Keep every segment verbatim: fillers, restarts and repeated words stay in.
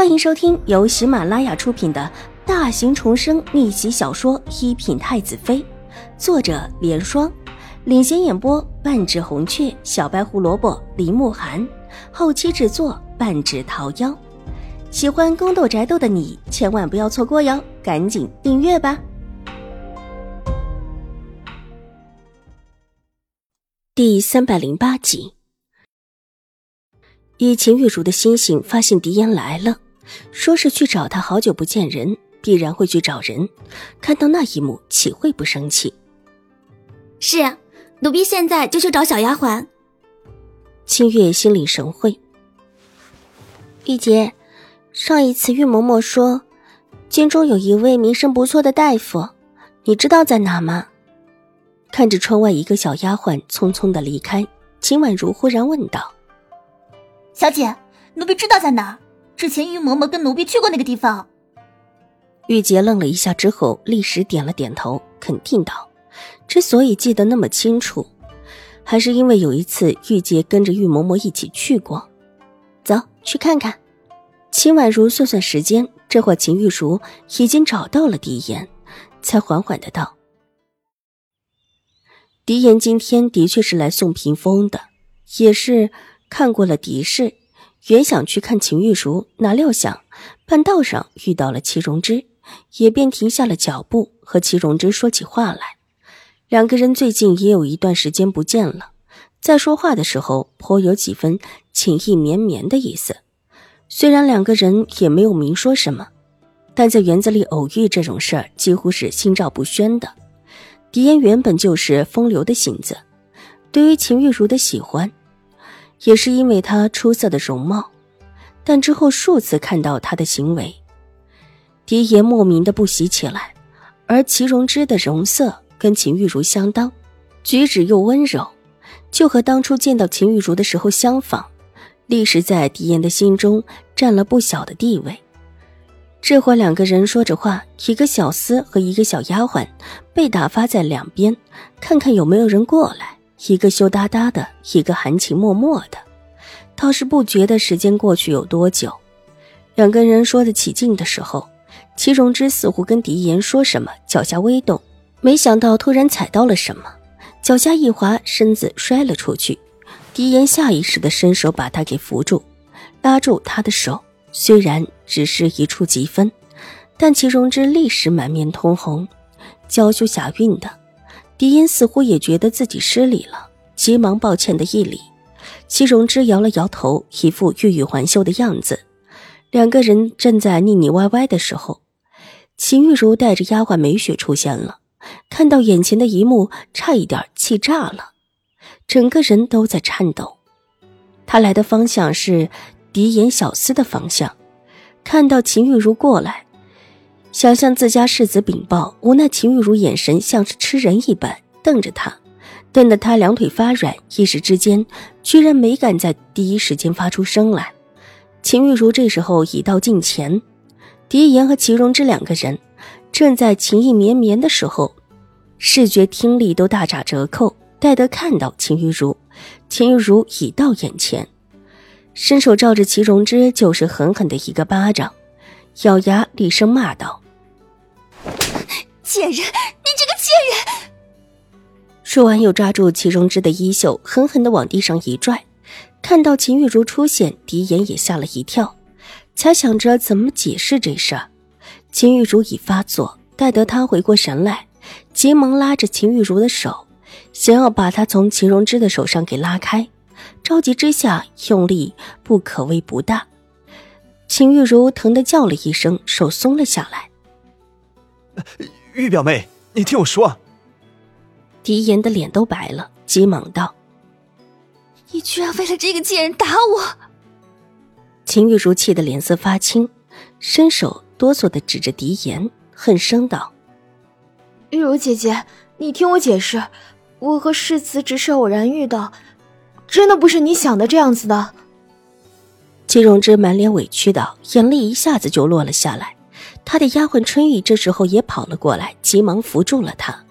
欢迎收听由喜马拉雅出品的大型重生逆袭小说《一品太子妃》，作者莲霜，领衔演播半指红雀、小白胡萝卜、林慕寒，后期制作半指桃夭。喜欢宫斗宅斗的你千万不要错过哟，赶紧订阅吧。第三百零八集。以秦玉茹的心性发现狄言来了，说是去找他，好久不见人，必然会去找人，看到那一幕岂会不生气？ 是啊，奴婢现在就去找小丫鬟。 清月心领神会。玉洁，上一次玉嬷嬷说京中有一位名声不错的大夫，你知道在哪吗？看着窗外一个小丫鬟匆匆地离开，秦婉如忽然问道： 小姐，奴婢知道在哪，之前玉嬷嬷跟奴婢去过那个地方。 玉洁愣了一下之后立时点了点头，肯定道：之所以记得那么清楚，还是因为有一次玉洁跟着玉嬷嬷一起去过。走，去看看。秦婉如算算时间，这会秦玉茹已经找到了狄言，才缓缓的道：狄言今天的确是来送屏风的，也是看过了狄氏，原想去看秦玉茹，哪料想半道上遇到了祁荣之，也便停下了脚步，和祁荣之说起话来。两个人最近也有一段时间不见了，在说话的时候颇有几分情意绵绵的意思。虽然两个人也没有明说什么，但在园子里偶遇这种事儿几乎是心照不宣的。狄言原本就是风流的性子，对于秦玉茹的喜欢也是因为她出色的容貌，但之后数次看到她的行为，狄言莫名的不喜起来。而祁荣之的容色跟秦玉茹相当，举止又温柔，就和当初见到秦玉茹的时候相仿，立时在狄言的心中占了不小的地位。这会两个人说着话，一个小厮和一个小丫鬟被打发在两边，看看有没有人过来，一个羞答答的，一个含情脉脉的，倒是不觉得时间过去有多久。两个人说得起劲的时候，祁荣之似乎跟狄言说什么，脚下微动，没想到突然踩到了什么，脚下一滑，身子摔了出去。狄言下意识地伸手把他给扶住，拉住他的手，虽然只是一触即分，但祁荣之立时满面通红，娇羞霞韵的。狄言似乎也觉得自己失礼了，急忙抱歉的一礼。祁荣之摇了摇头，一副欲语还休的样子。两个人正在腻腻歪歪的时候，秦玉茹带着丫鬟梅雪出现了，看到眼前的一幕，差一点气炸了，整个人都在颤抖。他来的方向是狄言小厮的方向，看到秦玉茹过来，想向自家世子禀报，无奈秦玉茹眼神像是吃人一般瞪着他，瞪得他两腿发软，一时之间居然没敢在第一时间发出声来。秦玉茹这时候已到近前，狄言和祁荣之两个人正在情意绵绵的时候，视觉听力都大打折扣，待得看到秦玉茹，秦玉茹已到眼前，伸手照着祁荣之就是狠狠的一个巴掌，咬牙厉声骂道： 贱人，你这个贱人！ 说完又抓住祁荣之的衣袖，狠狠地往地上一拽。看到秦玉茹出现，狄言也吓了一跳，才想着怎么解释这事儿。秦玉茹已发作，待得他回过神来，急忙拉着秦玉茹的手，想要把她从祁荣之的手上给拉开，着急之下用力不可谓不大。秦玉茹疼得叫了一声，手松了下来。 玉表妹，你听我说。 狄言的脸都白了，急忙道： 你居然为了这个贱人打我！ 秦玉茹气得脸色发青，伸手哆嗦地指着狄言，恨声道： 玉茹姐姐，你听我解释，我和世子只是偶然遇到，真的不是你想的这样子的。 祁荣之满脸委屈道，眼泪一下子就落了下来。他的丫鬟春玉这时候也跑了过来，急忙扶住了他。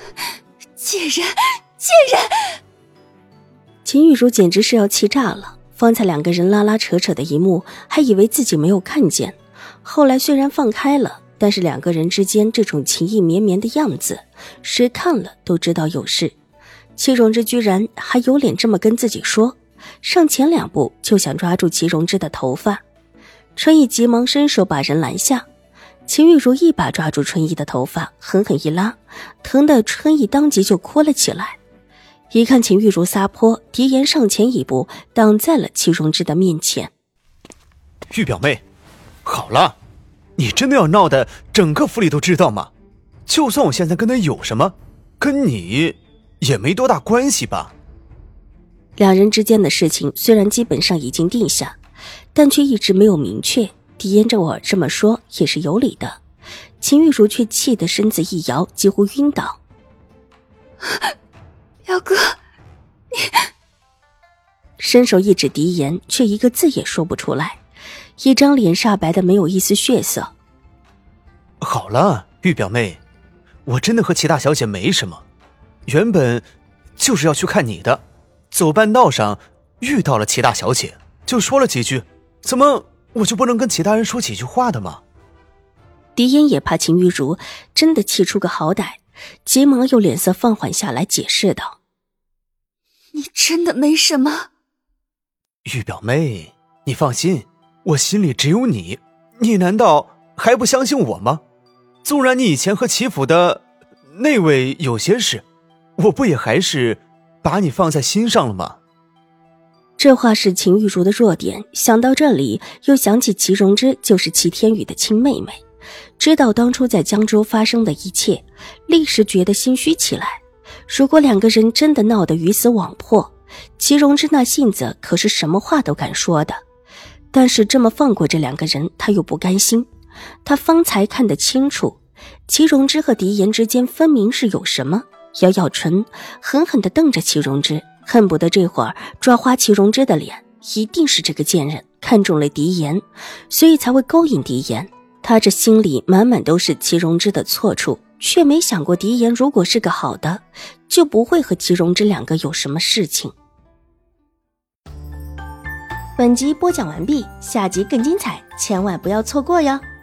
贱人，贱人！ 秦玉茹简直是要气炸了， 方才两个人拉拉扯扯的一幕，还以为自己没有看见，后来虽然放开了，但是两个人之间这种情意绵绵的样子，谁看了都知道有事。祁荣之居然还有脸这么跟自己说，上前两步就想抓住祁荣之的头发，春意急忙伸手把人拦下。秦玉茹一把抓住春意的头发，狠狠一拉，疼得春意当即就哭了起来。一看秦玉茹撒泼，狄言上前一步挡在了祁荣之的面前。 玉表妹，好了，你真的要闹得整个府里都知道吗？就算我现在跟他有什么，跟你也没多大关系吧。 两人之间的事情虽然基本上已经定下，但却一直没有明确。狄言这我这么说也是有理的，秦玉茹却气得身子一摇，几乎晕倒。 表哥， 你伸手一指狄言，却一个字也说不出来，一张脸煞白的没有一丝血色。 好了，玉表妹，我真的和齐大小姐没什么，原本就是要去看你的，走半道上遇到了齐大小姐，就说了几句，怎么我就不能跟其他人说几句话的吗？ 狄言也怕秦玉茹真的气出个好歹，急忙又脸色放缓下来，解释道： 你真的没什么。 玉表妹，你放心，我心里只有你，你难道还不相信我吗？纵然你以前和齐府的那位有些事，我不也还是把你放在心上了吗？ 这话是秦玉茹的弱点，想到这里又想起祁荣之就是祁天宇的亲妹妹，知道当初在江州发生的一切，立时觉得心虚起来。如果两个人真的闹得鱼死网破，祁荣之那性子可是什么话都敢说的，但是这么放过这两个人他又不甘心。他方才看得清楚，祁荣之和狄言之间分明是有什么，咬咬唇，狠狠地瞪着祁荣之，恨不得这会儿抓花祁荣之的脸。一定是这个贱人看中了狄言，所以才会勾引狄言。他这心里满满都是祁荣之的错处，却没想过狄言如果是个好的，就不会和祁荣之两个有什么事情。本集播讲完毕，下集更精彩，千万不要错过哟。